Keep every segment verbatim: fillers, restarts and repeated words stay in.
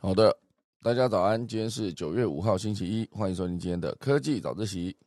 好的，大家早安，今天是九月五号星期一，欢迎收听今天的科技早自习。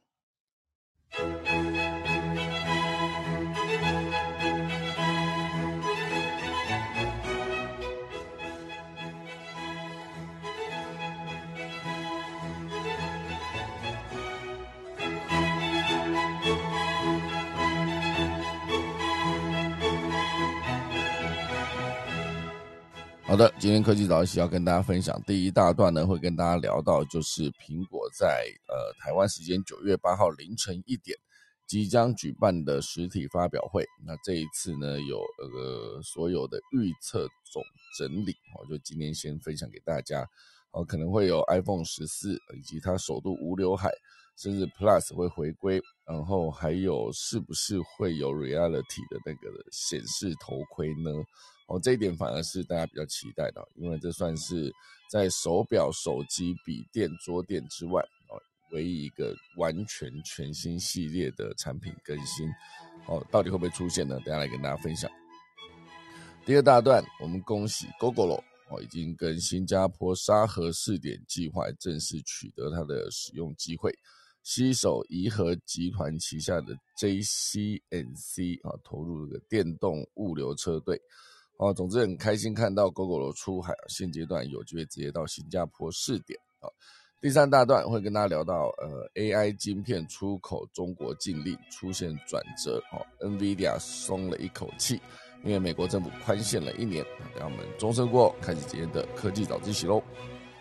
好的，今天科技早自习要跟大家分享第一大段呢，会跟大家聊到就是苹果在呃台湾时间九月八号凌晨一点即将举办的实体发表会。那这一次呢，有呃所有的预测总整理，我就今天先分享给大家。哦，可能会有 iPhone 十四以及它首度无刘海，甚至 Plus 会回归，然后还有是不是会有 Reality 的那个显示头盔呢？哦，这一点反而是大家比较期待的，因为这算是在手表、手机、笔电、桌垫之外，哦，唯一一个完全全新系列的产品更新。哦，到底会不会出现呢？等一下来跟大家分享。第二大段，我们恭喜 Gogoro 哦，已经跟新加坡沙盒试点计划正式取得它的使用机会，携手怡和集团旗下的 J C N C 啊，投入这个电动物流车队。哦，总之很开心看到 Gogoro 出海，现阶段有机会直接到新加坡试点。哦，第三大段会跟大家聊到呃 A I 晶片出口中国禁令出现转折，哦 ，NVIDIA 松了一口气，因为美国政府宽限了一年。让我们钟声过后开始今天的科技早自习咯。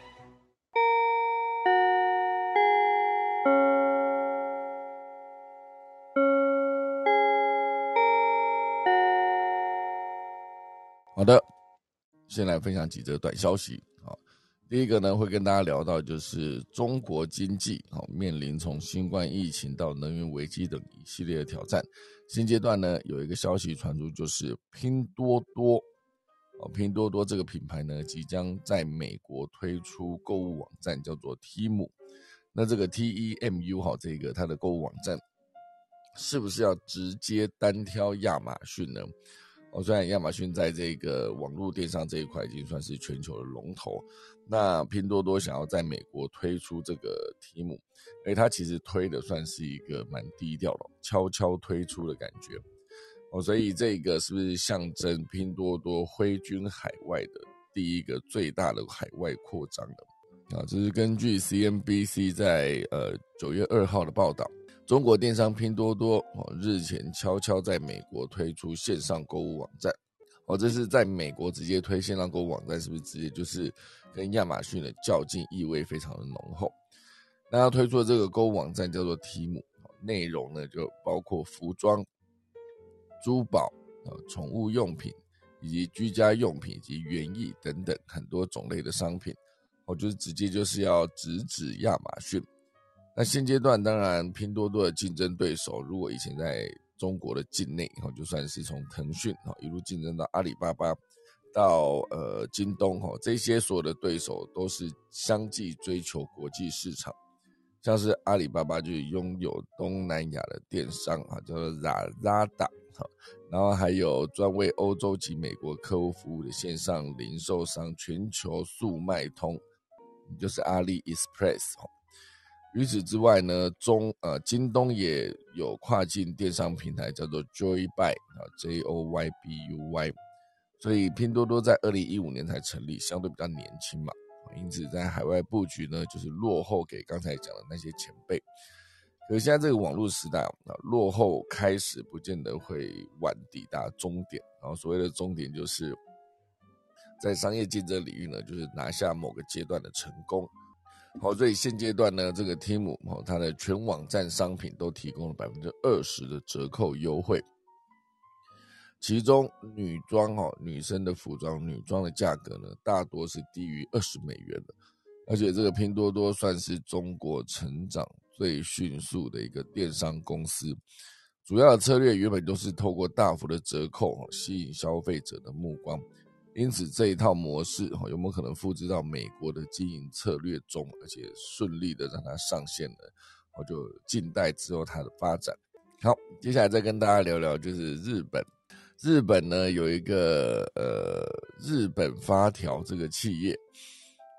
好的，先来分享几则短消息。好，第一个呢，会跟大家聊到就是中国经济好面临从新冠疫情到能源危机等一系列的挑战。现阶段呢，有一个消息传出，就是拼多多，哦，拼多多这个品牌呢，即将在美国推出购物网站，叫做 Temu。那这个 T E M U 好，这个它的购物网站，是不是要直接单挑亚马逊呢？哦，虽然亚马逊在这个网络电商这一块已经算是全球的龙头，那拼多多想要在美国推出这个Temu，因为它其实推的算是一个蛮低调的，悄悄推出的感觉。哦，所以这个是不是象征拼多多挥军海外的第一个最大的海外扩张的？啊，这是根据 C N B C 在呃九月二号的报道。中国电商拼多多日前悄悄在美国推出线上购物网站，哦，这是在美国直接推线上购物网站，是不是直接就是跟亚马逊的较劲意味非常的浓厚？那要推出的这个购物网站叫做 Temu， 内容呢就包括服装、珠宝、宠物用品以及居家用品以及园艺等等很多种类的商品，哦，就是直接就是要直指亚马逊。那现阶段当然拼多多的竞争对手，如果以前在中国的境内，就算是从腾讯一路竞争到阿里巴巴到呃京东，这些所有的对手都是相继追求国际市场。像是阿里巴巴就拥有东南亚的电商叫做 Lazada， 然后还有专为欧洲及美国客户服务的线上零售商全球速卖通，就是阿里 Express。与此之外呢，中呃京东也有跨境电商平台叫做 Joybuy， J O Y B U Y， 所以拼多多在二零一五年才成立，相对比较年轻嘛，因此在海外布局呢，就是落后给刚才讲的那些前辈。可是现在这个网络时代，落后开始不见得会晚抵达终点，然后所谓的终点就是在商业竞争领域呢，就是拿下某个阶段的成功。好，所以现阶段呢，这个 Temu 它的全网站商品都提供了 百分之二十 的折扣优惠，其中女装女生的服装女装的价格呢，大多是低于二十美元的，而且这个拼多多算是中国成长最迅速的一个电商公司，主要的策略原本都是透过大幅的折扣吸引消费者的目光。因此这一套模式有没有可能复制到美国的经营策略中，而且顺利的让它上线了，我就静待之后它的发展。好，接下来再跟大家聊聊就是日本。日本呢有一个呃日本发条这个企业，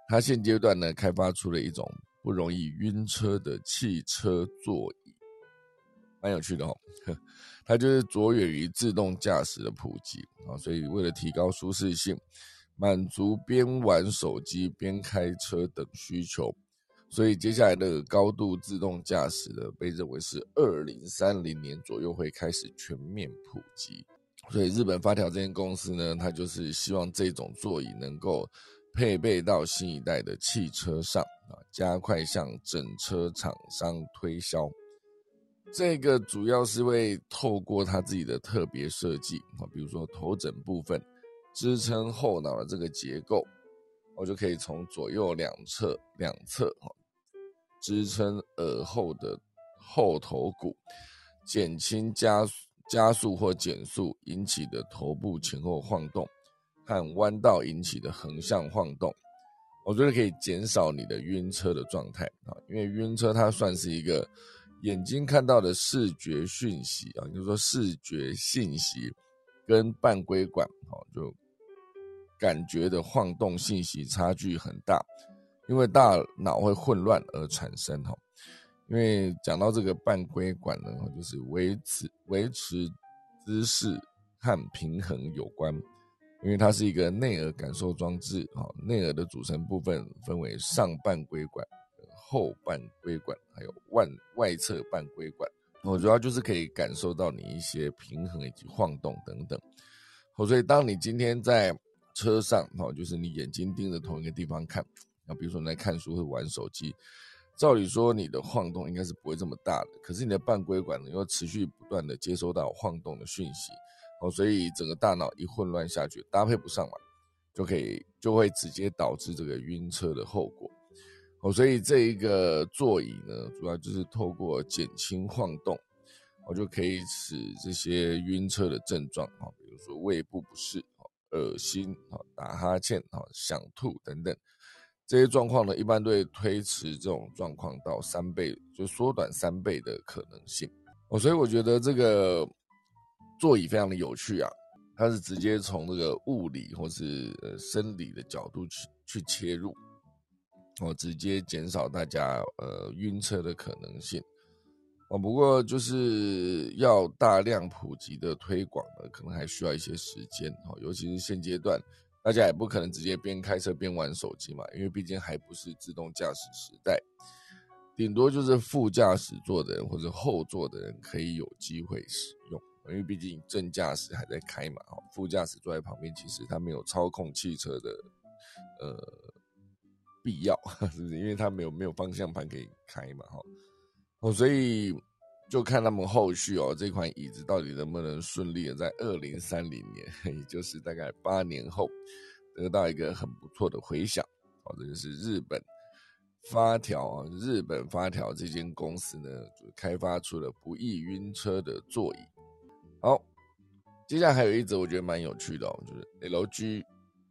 它现阶段呢开发出了一种不容易晕车的汽车座椅，蛮有趣的哦。它就是着眼于自动驾驶的普及，所以为了提高舒适性，满足边玩手机边开车等需求，所以接下来的高度自动驾驶的被认为是二零三零年左右会开始全面普及。所以日本发条这间公司呢，它就是希望这种座椅能够配备到新一代的汽车上，加快向整车厂商推销。这个主要是会透过它自己的特别设计，比如说头枕部分支撑后脑的这个结构，我就可以从左右两侧两侧支撑耳后的后头骨，减轻加速加速或减速引起的头部前后晃动和弯道引起的横向晃动。我觉得可以减少你的晕车的状态，因为晕车它算是一个眼睛看到的视觉讯息，就是说视觉信息跟半规管就感觉的晃动信息差距很大，因为大脑会混乱而产生。因为讲到这个半规管呢，就是维持维持姿势和平衡有关，因为它是一个内耳感受装置，内耳的组成部分分为上半规管、后半规管还有外侧半规管，主要就是可以感受到你一些平衡以及晃动等等。所以当你今天在车上，就是你眼睛盯着同一个地方看，比如说你在看书或玩手机，照理说你的晃动应该是不会这么大的，可是你的半规管呢又持续不断的接收到晃动的讯息，所以整个大脑一混乱下去，搭配不上嘛，就可以就会直接导致这个晕车的后果。所以这一个座椅呢，主要就是透过减轻晃动，就可以使这些晕车的症状，比如说胃部不适、恶心、打哈欠、想吐等等，这些状况呢，一般都会推迟这种状况到三倍，就缩短三倍的可能性。所以我觉得这个座椅非常的有趣啊，它是直接从这个物理或是生理的角度去去切入，直接减少大家呃晕车的可能性。不过就是要大量普及的推广呢，可能还需要一些时间，尤其是现阶段大家也不可能直接边开车边玩手机嘛，因为毕竟还不是自动驾驶时代，顶多就是副驾驶座的人或者后座的人可以有机会使用，因为毕竟正驾驶还在开嘛，副驾驶坐在旁边，其实他没有操控汽车的呃必要，是不是？因为他没有没有方向盘可以开嘛，哦，所以就看他们后续哦，这款椅子到底能不能顺利的在二零三零年，也就是大概八年后，得到一个很不错的回响。哦，这就是日本发条啊，日本发条这间公司呢，就开发出了不易晕车的座椅。好，接下来还有一则我觉得蛮有趣的哦，就是 L G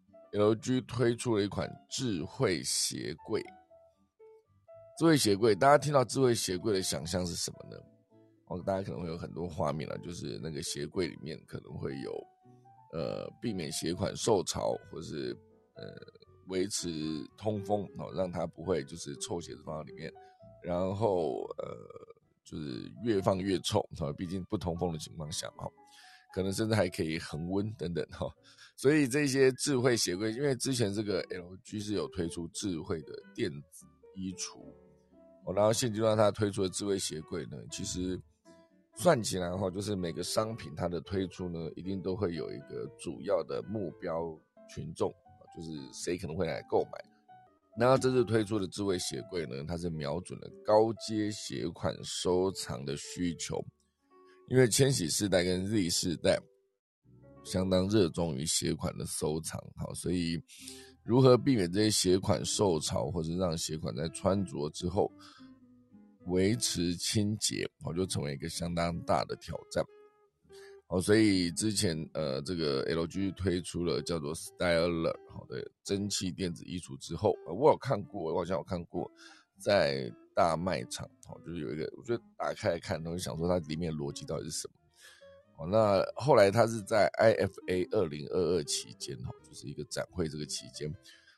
L G 推出了一款智慧鞋柜。智慧鞋柜，大家听到智慧鞋柜的想象是什么呢？哦，大家可能会有很多画面了，就是那个鞋柜里面可能会有，呃，避免鞋款受潮，或是呃维持通风，哦，让它不会就是臭鞋子放到里面，然后呃就是越放越臭，哦，毕竟不通风的情况下嘛，可能甚至还可以恒温等等哈。所以这些智慧鞋柜，因为之前这个 L G 是有推出智慧的电子衣橱。然后现阶段它推出的智慧鞋柜呢，其实算起来的话，就是每个商品它的推出呢，一定都会有一个主要的目标群众，就是谁可能会来购买。然后这次推出的智慧鞋柜呢，它是瞄准了高阶鞋款收藏的需求，因为千禧世代跟 Z 世代相当热衷于鞋款的收藏，好，所以如何避免这些鞋款受潮，或者让鞋款在穿着之后维持清洁，就成为一个相当大的挑战。所以之前呃，这个 L G 推出了叫做 Styler 的蒸汽电子衣橱之后，我有看过，我好像有看过在大卖场，就是有一个，我觉得打开来看，都会想说它里面的逻辑到底是什么。那后来它是在 I F A 二零二二期间，就是一个展会这个期间，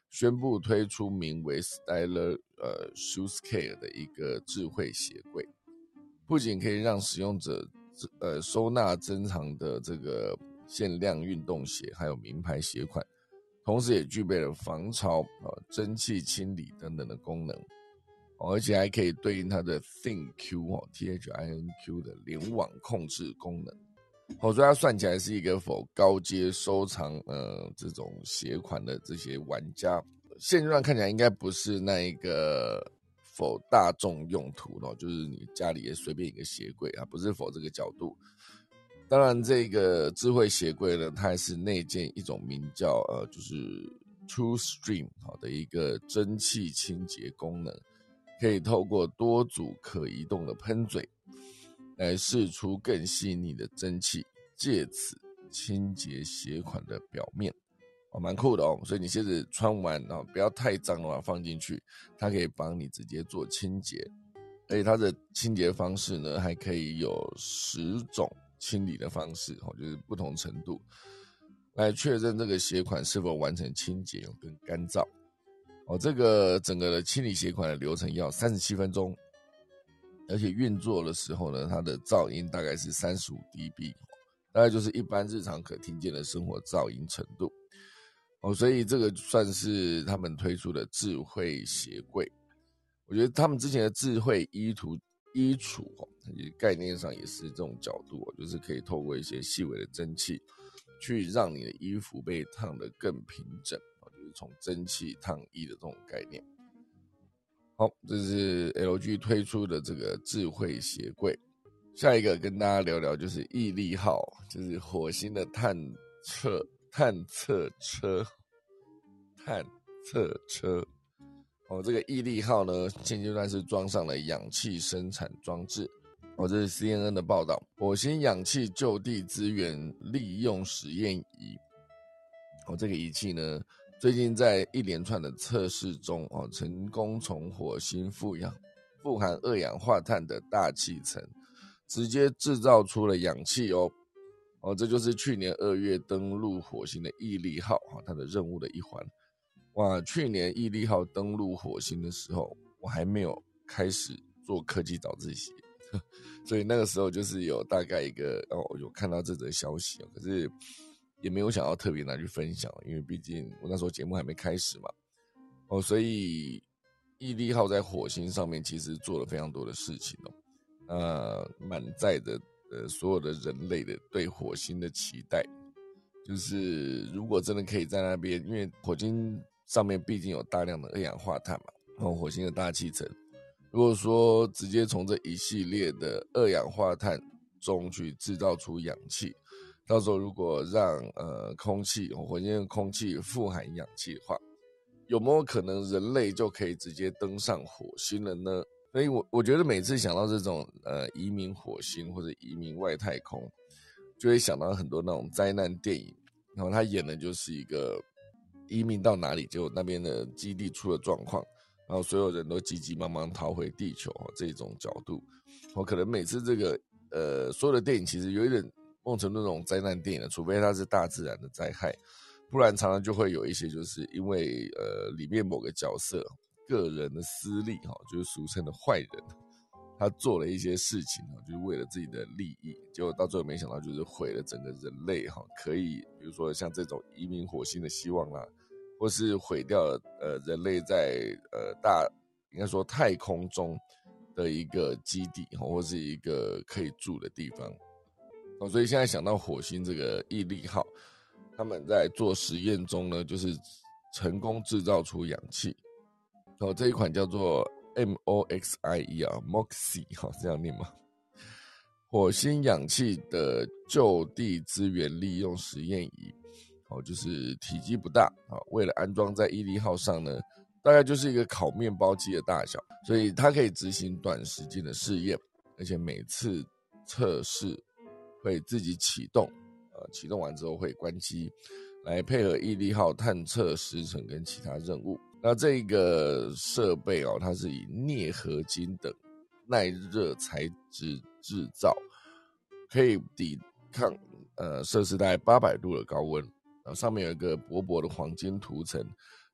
宣布推出名为 Styler 呃 ShoesCare 的一个智慧鞋柜，不仅可以让使用者呃收纳珍藏的这个限量运动鞋，还有名牌鞋款，同时也具备了防潮、呃、蒸汽清理等等的功能。而且还可以对应它的 ThinQ、哦、T H I N Q 的联网控制功能。哦，所以它算起来是一个否高阶收藏呃这种鞋款的这些玩家，现阶段看起来应该不是那一个否大众用途的，就是你家里也随便一个鞋柜啊，不是否这个角度。当然，这个智慧鞋柜呢，它还是内建一种名叫呃就是 True Stream 好的一个蒸汽清洁功能。可以透过多组可移动的喷嘴来释出更细腻的蒸汽，借此清洁鞋款的表面，哦，蛮酷的哦。所以你鞋子穿完啊，不要太脏的话放进去，它可以帮你直接做清洁。而且它的清洁方式呢，还可以有十种清理的方式，就是不同程度，来确认这个鞋款是否完成清洁跟干燥。哦，这个整个的清理鞋款的流程要三十七分钟，而且运作的时候呢，它的噪音大概是三十五 D B， 大概就是一般日常可听见的生活噪音程度。哦，所以这个算是他们推出的智慧鞋柜。我觉得他们之前的智慧衣橱衣橱哦，概念上也是这种角度哦，就是可以透过一些细微的蒸汽，去让你的衣服被烫得更平整。从蒸汽烫衣的这种概念。好，这是 L G 推出的这个智慧鞋柜。下一个跟大家聊聊就是毅力号，就是火星的探测探测车探测车。哦，这个毅力号呢，现阶段是装上了氧气生产装置。哦，这是 C N N 的报道，火星氧气就地资源利用实验仪。哦，这个仪器呢，最近在一连串的测试中，哦，成功从火星富氧富含二氧化碳的大气层直接制造出了氧气哦。哦，这就是去年二月登陆火星的毅力号，哦，它的任务的一环。哇，去年毅力号登陆火星的时候，我还没有开始做科技早自习，所以那个时候就是有大概一个哦，有看到这则消息，可是也没有想要特别拿去分享，因为毕竟我那时候节目还没开始嘛。哦，所以毅力号在火星上面其实做了非常多的事情哦，呃，满载着呃所有的人类的对火星的期待，就是如果真的可以在那边，因为火星上面毕竟有大量的二氧化碳嘛，然后火星的大气层，如果说直接从这一系列的二氧化碳中去制造出氧气，到时候如果让呃空气火星的空气富含氧气的话，有没有可能人类就可以直接登上火星了呢？所以我我觉得每次想到这种呃移民火星或者移民外太空，就会想到很多那种灾难电影，然后他演的就是一个移民到哪里，结果那边的基地出了状况，然后所有人都急急忙忙逃回地球这种角度。我可能每次这个呃所有的电影其实有一点梦成那种灾难电影的，除非它是大自然的灾害，不然常常就会有一些就是因为呃里面某个角色个人的私利哈，就是俗称的坏人，他做了一些事情就是为了自己的利益，结果到最后没想到就是毁了整个人类哈，可以比如说像这种移民火星的希望啦，或是毁掉了呃人类在呃大应该说太空中的一个基地或是一个可以住的地方。哦，所以现在想到火星这个毅力号，他们在做实验中呢，就是成功制造出氧气。哦，这一款叫做 M O X I E 啊 ，Moxie 哈，这样念吗？火星氧气的就地资源利用实验仪。哦，就是体积不大啊，为了安装在毅力号上呢，大概就是一个烤面包机的大小，所以它可以执行短时间的试验，而且每次测试会自己启动，呃，启动完之后会关机，来配合毅力号探测时程跟其他任务。那这个设备哦，它是以镍合金等耐热材质制造，可以抵抗呃摄氏大概八百度的高温。上面有一个薄薄的黄金涂层，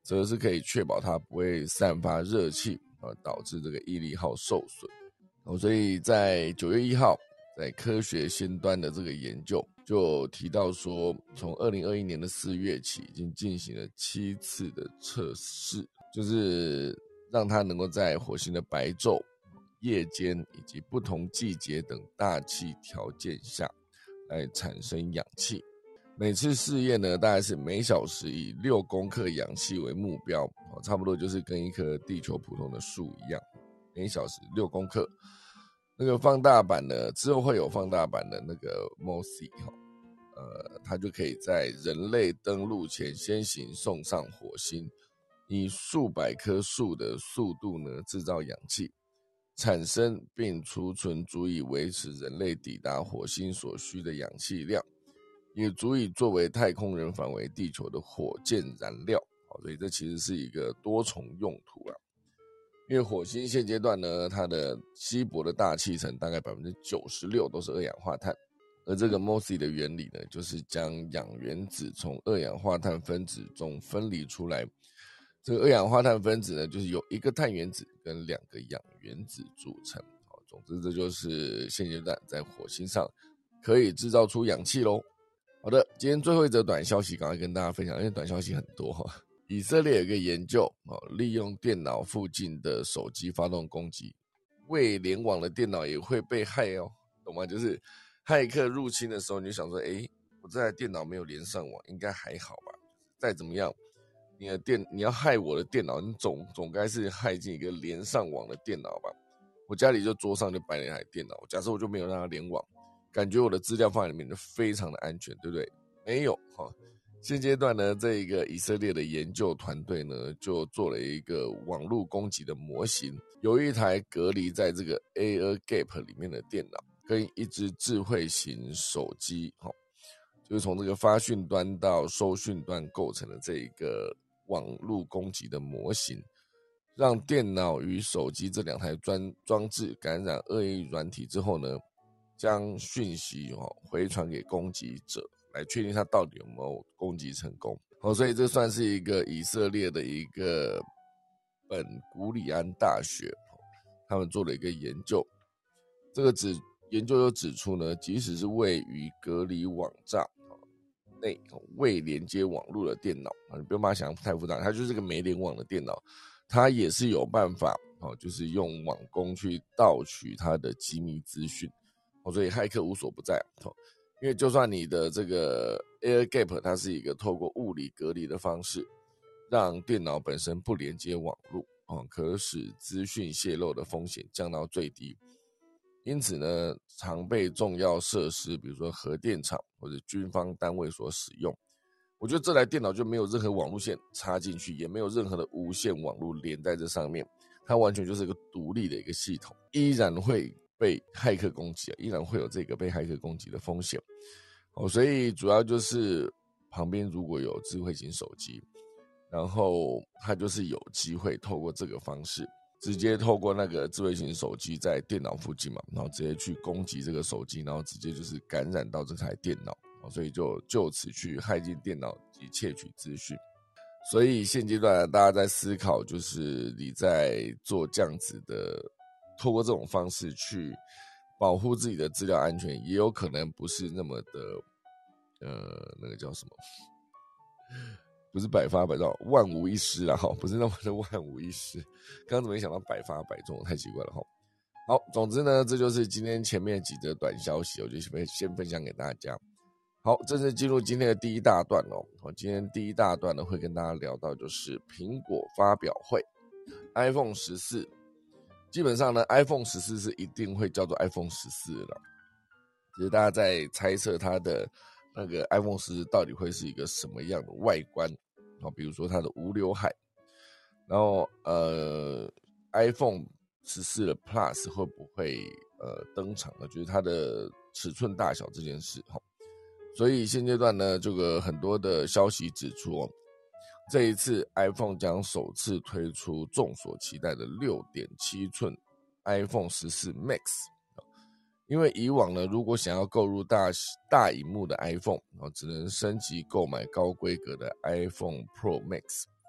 则是可以确保它不会散发热气，导致这个毅力号受损。所以在九月一号，在科学先端的这个研究就提到说，从二零二一年的四月起，已经进行了七次的测试，就是让它能够在火星的白昼、夜间以及不同季节等大气条件下来产生氧气。每次试验呢，大概是每小时以六公克氧气为目标，差不多就是跟一棵地球普通的树一样，每小时六公克。那个放大版呢，之后会有放大版的那个 M O S I， 呃，它就可以在人类登陆前先行送上火星，以数百棵树的速度呢制造氧气，产生并储存足以维持人类抵达火星所需的氧气量，也足以作为太空人返回地球的火箭燃料。所以这其实是一个多重用途啊。因为火星现阶段呢，它的稀薄的大气层大概 百分之九十六 都是二氧化碳，而这个 M O S I 的原理呢，就是将氧原子从二氧化碳分子中分离出来。这个二氧化碳分子呢，就是由一个碳原子跟两个氧原子组成。总之，这就是现阶段在火星上可以制造出氧气咯。好的，今天最后一则短消息赶快跟大家分享，因为短消息很多哈。以色列有一个研究，利用电脑附近的手机发动攻击，未联网的电脑也会被害哦，懂吗？就是骇客入侵的时候，你就想说，诶，我这台电脑没有连上网，应该还好吧？再怎么样，你的电你要害我的电脑，你总总该是害进一个连上网的电脑吧？我家里就桌上就摆了一台电脑，假设我就没有让它联网，感觉我的资料放在里面就非常的安全，对不对？没有哈。现阶段呢，这一个以色列的研究团队呢，就做了一个网络攻击的模型，有一台隔离在这个 Air Gap 里面的电脑，跟一只智慧型手机，就是从这个发讯端到收讯端构成的这一个网络攻击的模型，让电脑与手机这两台装装置感染恶意软体之后呢，将讯息回传给攻击者，来确定他到底有没有攻击成功。哦，所以这算是一个以色列的一个本古里安大学他们做了一个研究。这个指研究又指出呢，即使是位于隔离网站内未连接网络的电脑，你不用把它想太复杂，它就是个没联网的电脑，它也是有办法，就是用网攻去盗取它的机密资讯。所以骇客无所不在。因为就算你的这个 Air Gap 它是一个透过物理隔离的方式，让电脑本身不连接网络，可使资讯泄露的风险降到最低。因此呢，常被重要设施，比如说核电厂或者军方单位所使用。我觉得这台电脑就没有任何网路线插进去，也没有任何的无线网路连在这上面，它完全就是一个独立的一个系统，依然会被骇客攻击，依然会有这个被骇客攻击的风险。哦，所以主要就是旁边如果有智慧型手机，然后它就是有机会透过这个方式，直接透过那个智慧型手机在电脑附近嘛，然后直接去攻击这个手机，然后直接就是感染到这台电脑，所以就就此去骇进电脑及窃取资讯。所以现阶段大家在思考，就是你在做这样子的，透过这种方式去保护自己的资料安全，也有可能不是那么的，呃，那个叫什么？不是百发百中，万无一失啦，不是那么的万无一失。刚刚怎么没想到百发百中，太奇怪了哈。好，总之呢，这就是今天前面几则短消息，我就先分享给大家。好，正式进入今天的第一大段哦。今天第一大段呢，会跟大家聊到就是苹果发表会 ，iPhone 十四。基本上呢 ，iPhone 十四是一定会叫做 iPhone 十四了。其实大家在猜测它的那个 iPhone 十四到底会是一个什么样的外观，比如说它的无刘海，然后呃 iPhone 十四的 Plus 会不会呃登场呢？就是它的尺寸大小这件事。所以现阶段呢，这个很多的消息指出哦，这一次 iPhone 将首次推出众所期待的 六点七寸 iPhone 十四 Max。因为以往呢，如果想要购入大大萤幕的 iPhone，只能升级购买高规格的 iPhone Pro Max，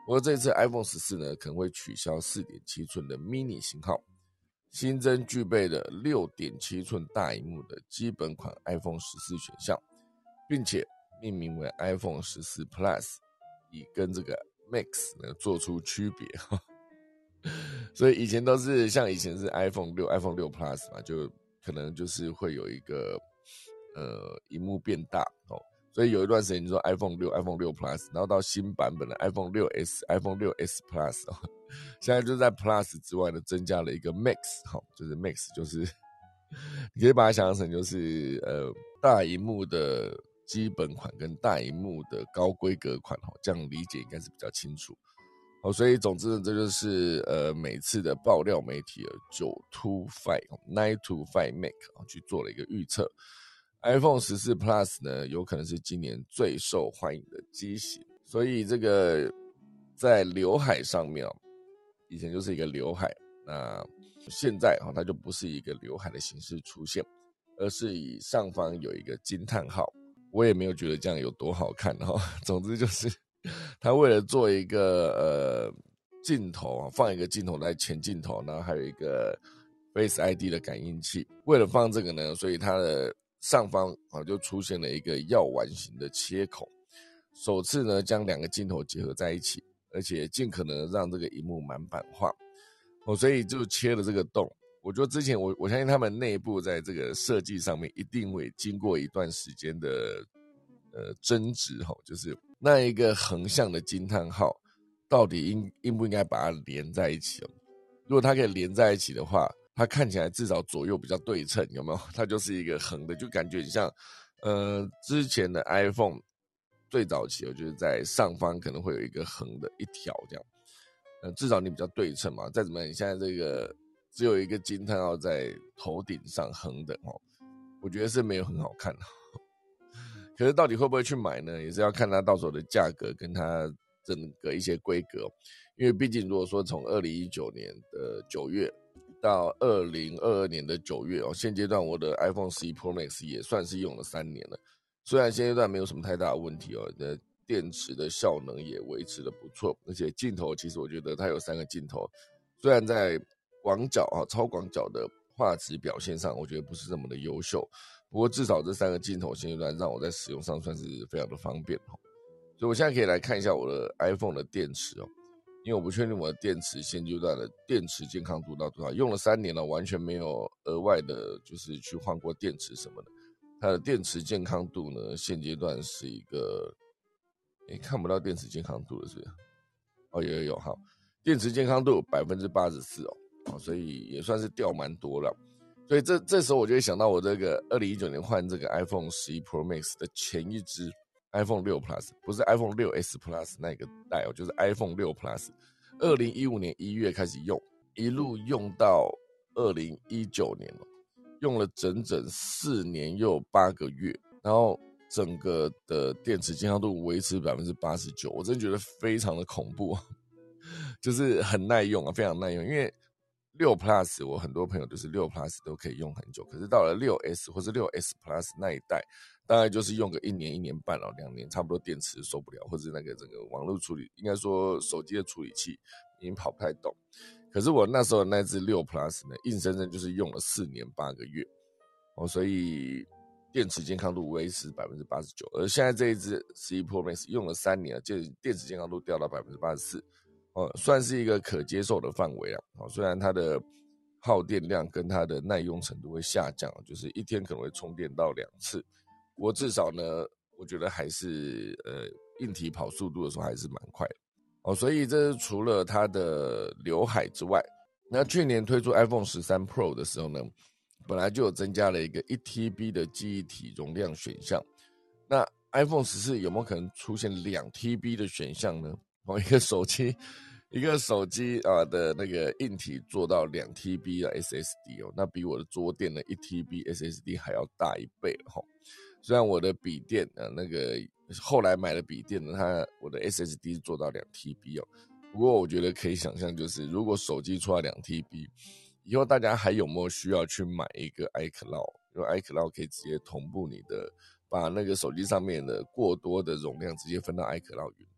不过这次 iPhone 十四呢，可能会取消 四点七寸的 mini 型号，新增具备的 六点七寸大萤幕的基本款 iPhone 十四选项，并且命名为 iPhone 十四 Plus， 以跟这个 Max 呢做出区别。所以以前都是像以前是 iPhone 六 iPhone 六 Plus 嘛，就可能就是会有一个呃萤幕变大哦。所以有一段时间你说 iPhone 六 iPhone 六 Plus， 然后到新版本的 iPhone 六 S iPhone 六 S Plus 哦，现在就在 Plus 之外呢增加了一个 Max， 好，就是 Max 就是你可以把它想象成就是呃大萤幕的基本款跟大萤幕的高规格款，这样理解应该是比较清楚。好，所以总之这就是呃每次的爆料媒体九 to 五 nine to five Mac 去做了一个预测。iPhone 十四 Plus 呢，有可能是今年最受欢迎的机型，所以这个在刘海上面哦，以前就是一个刘海，那现在哦，它就不是一个刘海的形式出现，而是以上方有一个惊叹号。我也没有觉得这样有多好看哦。总之就是，它为了做一个呃镜头，放一个镜头在前镜头，然后还有一个 Face I D 的感应器。为了放这个呢，所以它的上方啊就出现了一个药丸形的切口，首次呢将两个镜头结合在一起，而且尽可能让这个萤幕满版化哦，所以就切了这个洞。我觉得之前我我相信他们内部在这个设计上面一定会经过一段时间的呃争执哈，就是那一个横向的惊叹号到底应应不应该把它连在一起哦？如果它可以连在一起的话，它看起来至少左右比较对称，有没有？它就是一个横的，就感觉很像呃之前的 iPhone 最早期，我觉得在上方可能会有一个横的一条这样，呃，至少你比较对称嘛。再怎么样，你现在这个只有一个惊叹号在头顶上横的哦，我觉得是没有很好看的。可是到底会不会去买呢？也是要看它到时候的价格跟它整个一些规格，因为毕竟如果说从二零一九年的九月到二零二二年的九月哦，现阶段我的 iPhone 十一 Pro Max 也算是用了三年了，虽然现阶段没有什么太大的问题哦，那电池的效能也维持的不错，而且镜头其实我觉得它有三个镜头，虽然在广角啊超广角的画质表现上，我觉得不是这么的优秀，不过至少这三个镜头现阶段让我在使用上算是非常的方便哦。所以我现在可以来看一下我的 iPhone 的电池哦，因为我不确定我的电池现阶段的电池健康度到多少，用了三年了，完全没有额外的就是去换过电池什么的。它的电池健康度呢，现阶段是一个，诶，看不到电池健康度了是不是？哦，有有有，好，电池健康度 百分之八十四 哦，哦，所以也算是掉蛮多了。所以这这时候我就会想到我这个二零一九年换这个 iPhone 十一 Pro Max 的前一支 iPhone 六 Plus， 不是 iPhone 六 S Plus 那个代哦，就是 iPhone 六 Plus， 二零一五年一月开始用，一路用到二零一九年了，用了整整四年又八个月，然后整个的电池健康度维持 百分之八十九， 我真的觉得非常的恐怖，就是很耐用啊，非常耐用。因为六 Plus 我很多朋友就是六 Plus 都可以用很久，可是到了六 S 或是六 S Plus 那一代，大概就是用个一年一年半了，两年差不多电池受不了，或者那个整个网络处理，应该说手机的处理器已经跑不太动。可是我那时候的那支六 Plus 呢，硬生生就是用了四年八个月哦，所以电池健康度维持 百分之八十九， 而现在这一支十一 Pro Max 用了三年了，电池健康度掉到 百分之八十四，哦，算是一个可接受的范围了。哦，虽然它的耗电量跟它的耐用程度会下降，就是一天可能会充电到两次，不过至少呢，我觉得还是呃硬体跑速度的时候还是蛮快的。哦，所以这是除了它的刘海之外，那去年推出 iPhone 十三 Pro 的时候呢，本来就有增加了一个 一 T B 的记忆体容量选项。那 iPhone 十四有没有可能出现两 T B 的选项呢？哦，一个手机，一个手机啊的那个硬体做到两 T B 的 S S D 哦，那比我的桌垫的一 T B S S D 还要大一倍哈。虽然我的笔电呃那个后来买的笔电呢，它我的 S S D 做到两 T B 哦，不过我觉得可以想象，就是如果手机出到两 T B， 以后大家还有没有需要去买一个 iCloud？ 因为 iCloud 可以直接同步你的，把那个手机上面的过多的容量直接分到 iCloud 云端嘛。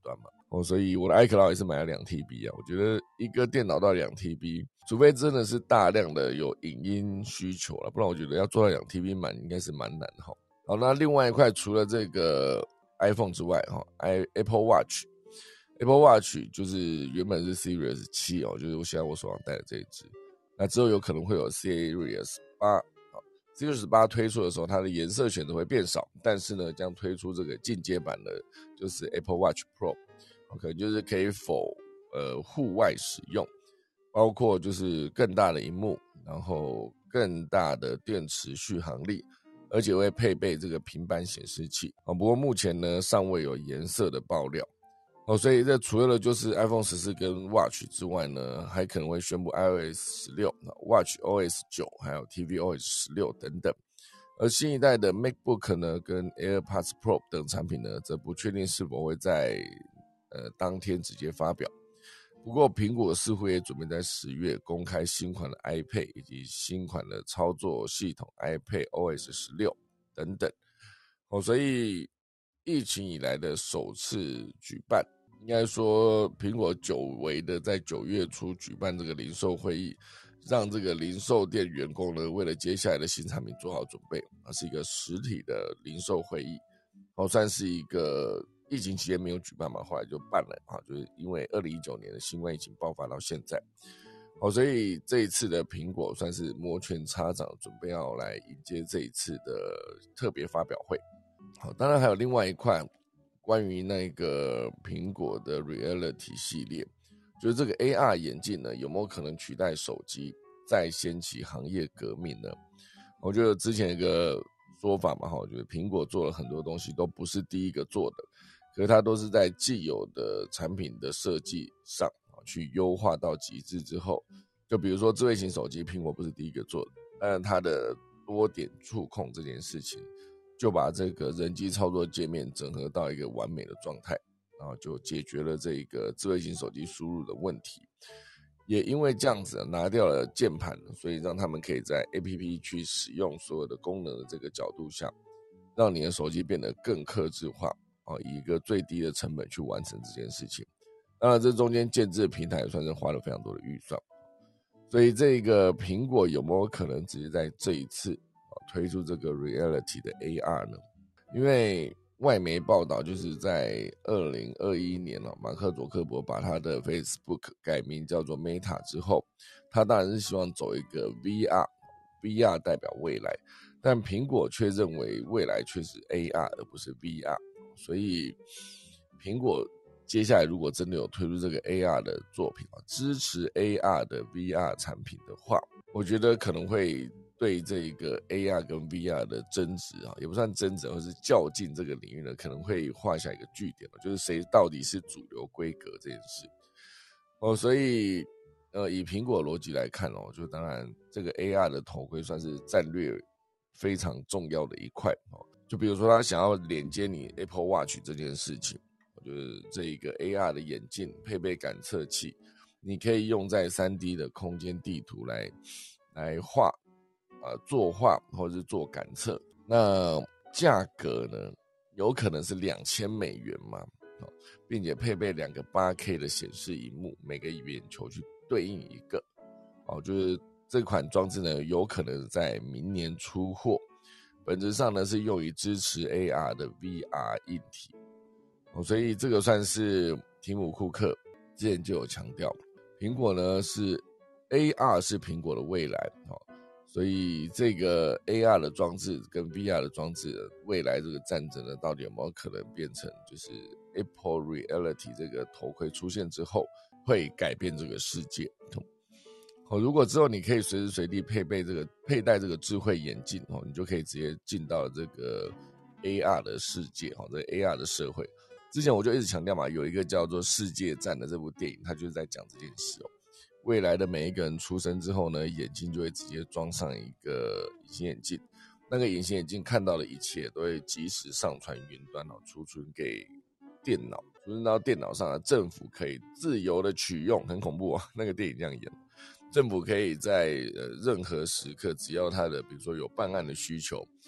哦，所以我的 iCloud 也是买了两 T B 啊。我觉得一个电脑到两 T B， 除非真的是大量的有影音需求了，不然我觉得要做到两 T B 满应该是蛮难的。好，那另外一块除了这个 iPhone 之外，哈 ，Apple Watch。Apple Watch 就是原本是 Series 七哦，就是我现在我手上戴的这一只。那之后有可能会有 Series 八， Series 八推出的时候，它的颜色选择会变少，但是呢，将推出这个进阶版的，就是 Apple Watch Pro， 可能就是可以否呃户外使用，包括就是更大的萤幕，然后更大的电池续航力，而且会配备这个平板显示器。不过目前呢，尚未有颜色的爆料。哦，所以这除了就是 iPhone 十四跟 Watch 之外呢，还可能会宣布 iOS 十六、Watch O S 九，还有 T V O S 十六等等。而新一代的 MacBook 呢，跟 AirPods Pro 等产品呢，则不确定是否会在呃当天直接发表。不过苹果似乎也准备在十月公开新款的 iPad 以及新款的操作系统 iPad O S 十六等等。哦，所以疫情以来的首次举办，应该说苹果久违的在九月初举办这个零售会议，让这个零售店员工呢为了接下来的新产品做好准备，它是一个实体的零售会议，哦，算是一个疫情期间没有举办嘛，后来就办了啊，就是因为二零一九年的新冠疫情爆发到现在，哦，所以这一次的苹果算是摩拳擦掌，准备要来迎接这一次的特别发表会。好，当然还有另外一块关于那个苹果的 Reality 系列，就是这个 A R 眼镜呢，有没有可能取代手机，再掀起行业革命呢？我觉得之前有一个说法嘛，我觉得苹果做了很多东西都不是第一个做的，可是它都是在既有的产品的设计上去优化到极致之后，就比如说智慧型手机，苹果不是第一个做的，但是它的多点触控这件事情，就把这个人机操作界面整合到一个完美的状态，然后就解决了这个智慧型手机输入的问题。也因为这样子拿掉了键盘，所以让他们可以在 A P P 去使用所有的功能的这个角度下，让你的手机变得更客制化，以一个最低的成本去完成这件事情。当然这中间建制的平台也算是花了非常多的预算，所以这个苹果有没有可能直接在这一次推出这个 Reality 的 A R 呢？因为外媒报道就是在二零二一年马克佐克伯把他的 Facebook 改名叫做 Meta 之后，他当然是希望走一个 V R， V R 代表未来，但苹果却认为未来却是 A R 而不是 V R， 所以苹果接下来如果真的有推出这个 A R 的作品，支持 A R 的 V R 产品的话，我觉得可能会对这个 A R 跟 V R 的争执，也不算争执，或是较劲这个领域呢，可能会画下一个句点，就是谁到底是主流规格这件事。哦，所以呃，以苹果逻辑来看哦，就当然这个 A R 的头盔算是战略非常重要的一块哦。就比如说他想要连接你 Apple Watch 这件事情，就是这一个 A R 的眼镜配备感测器，你可以用在 三 D 的空间地图来来画。呃，作画或者是做感测，那价格呢，有可能是两千美元嘛，哦，并且配备两个 八 K 的显示萤幕，每个眼球去对应一个，哦，就是这款装置呢，有可能在明年出货，本质上呢是用于支持 A R 的 V R 硬体，哦，所以这个算是提姆库克之前就有强调，苹果呢是 A R 是苹果的未来，哦。所以这个 A R 的装置跟 V R 的装置未来这个战争呢，到底有没有可能变成就是 Apple Reality 这个头盔出现之后会改变这个世界？哦，如果之后你可以随时随地配备这个佩戴这个智慧眼镜哦，你就可以直接进到这个 A R 的世界哦，这个 A R 的社会。之前我就一直强调嘛，有一个叫做《世界战》的这部电影，它就是在讲这件事哦。未来的每一个人出生之后呢，眼睛就会直接装上一个隐形眼镜，那个隐形眼镜看到的一切都会及时上传云端，储存给电脑，储存到电脑上，政府可以自由的取用，很恐怖啊！那个电影这样演，政府可以在、呃、任何时刻，只要他的比如说有办案的需求，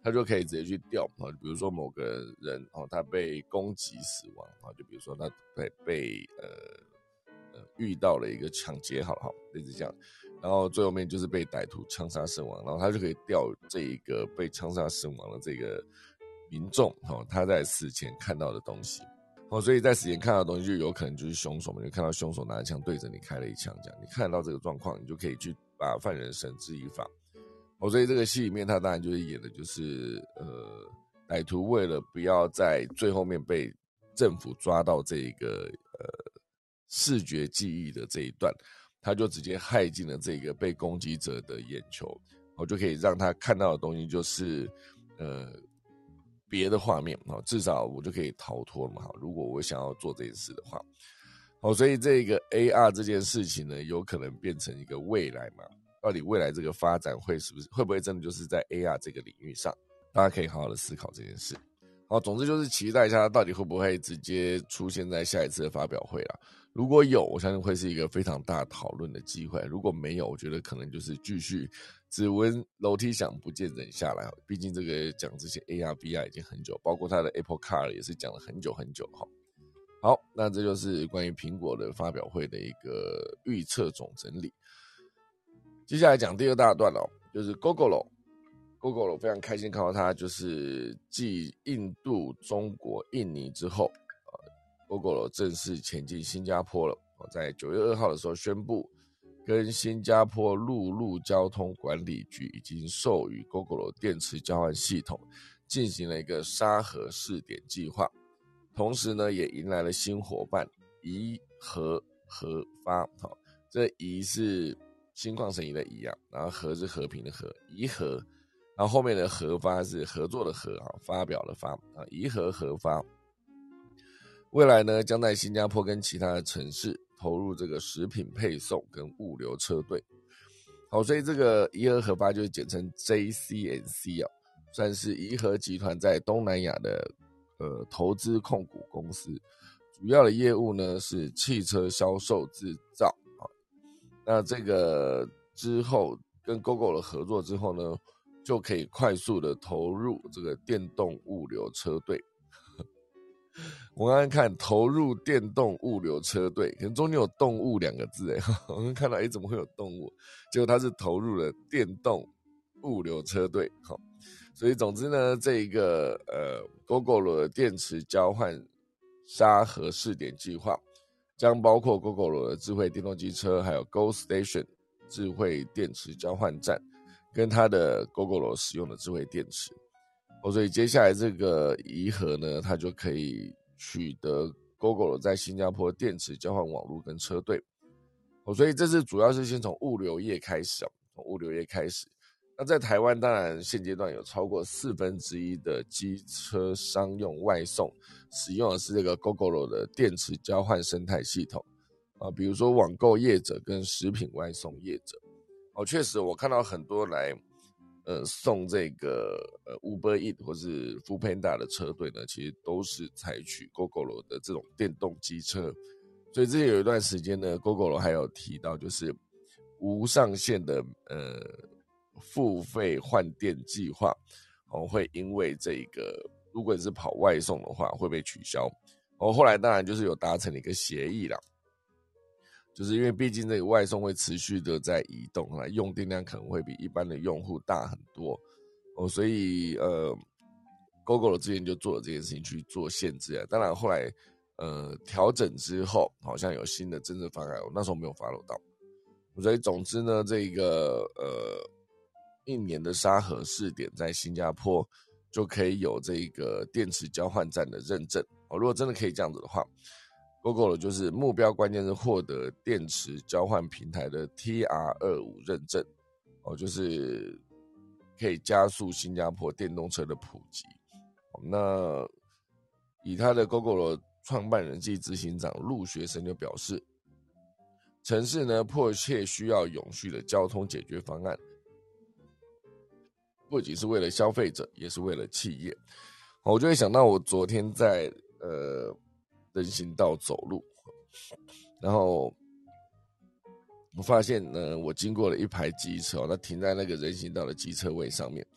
它就可以直接去调啊，比如说某个人哦，他被攻击死亡啊，就比如说他被被呃呃遇到了一个抢劫，好了哈，类似这样，然后最后面就是被歹徒枪杀身亡，然后他就可以调这一个被枪杀身亡的这个民众哦，他在死前看到的东西。哦，所以在死前看到的东西就有可能就是凶手嘛，你看到凶手拿着枪对着你开了一枪，这样你看到这个状况，你就可以去把犯人绳之以法。哦，所以这个戏里面他当然就是演的就是呃，歹徒为了不要在最后面被政府抓到这一个呃视觉记忆的这一段，他就直接害进了这个被攻击者的眼球，我就可以让他看到的东西就是呃。别的画面，至少我就可以逃脱了嘛。如果我想要做这件事的话，所以这个 A R 这件事情呢，有可能变成一个未来嘛？到底未来这个发展会是不是会不会真的就是在 A R 这个领域上？大家可以好好的思考这件事。好，总之就是期待一下它到底会不会直接出现在下一次的发表会啦。如果有，我相信会是一个非常大讨论的机会；如果没有，我觉得可能就是继续只闻楼梯响，不见人下来。毕竟这个讲这些 A R、V R 已经很久，包括它的 Apple Car 也是讲了很久很久哈。好，那这就是关于苹果的发表会的一个预测总整理。接下来讲第二大段哦，就是 Gogoro。Gogoro 非常开心看到它，就是继印度、中国、印尼之后，呃，Gogoro 正式前进新加坡了。在九月二号的时候宣布，跟新加坡陆路交通管理局已经授予 Gogoro 电池交换系统进行了一个沙盒试点计划，同时呢，也迎来了新伙伴怡和合发。好，这怡是心旷神怡的怡啊，然后和是和平的和，怡和。然后后面的合发是合作的合，发表的发啊，怡和合发。未来呢，将在新加坡跟其他的城市投入这个食品配送跟物流车队。好，所以这个怡和合发就是简称 J C N C 啊，算是怡和集团在东南亚的呃投资控股公司，主要的业务呢是汽车销售制造啊。那这个之后跟 Gogoro 的合作之后呢，就可以快速的投入这个电动物流车队。我刚刚看投入电动物流车队，可能中间有动物两个字诶，我们看到诶怎么会有动物？结果它是投入了电动物流车队。好，所以总之呢，这一个呃 Gogoro 的电池交换沙盒试点计划，将包括 Gogoro 的智慧电动机车，还有 Go Station 智慧电池交换站。跟它的 Gogoro 使用的智慧电池。哦，所以接下来这个怡和呢，它就可以取得 Gogoro 在新加坡电池交换网络跟车队。哦，所以这是主要是先从物流业开始，从物流业开始。那在台湾，当然现阶段有超过四分之一的机车商用外送使用的是这个 Gogoro 的电池交换生态系统啊，比如说网购业者跟食品外送业者。哦，确实，我看到很多来，呃，送这个呃 Uber Eats 或是 Foodpanda 的车队呢，其实都是采取 Gogoro 的这种电动机车。所以之前有一段时间呢 ，Gogoro 还有提到就是无上限的呃付费换电计划，哦，会因为这个如果你是跑外送的话会被取消。哦，后来当然就是有达成了一个协议啦。就是因为毕竟这个外送会持续的在移动，用电量可能会比一般的用户大很多哦，所以呃 ，Gogoro 之前就做了这件事情去做限制啊。当然后来呃调整之后，好像有新的政策方案，我那时候没有 follow 到。所以总之呢，这个呃一年的沙盒试点在新加坡就可以有这个电池交换站的认证哦。如果真的可以这样子的话。Gogoro 就是目标关键是获得电池交换平台的 T R 二十五 认证，哦，就是可以加速新加坡电动车的普及。那以他的 Gogoro 创办人暨执行长陆学生就表示，城市呢迫切需要永续的交通解决方案，不仅是为了消费者，也是为了企业。我就会想到我昨天在呃。人行道走路，然后我发现呢，我经过了一排机车，那停在那个人行道的机车位上面，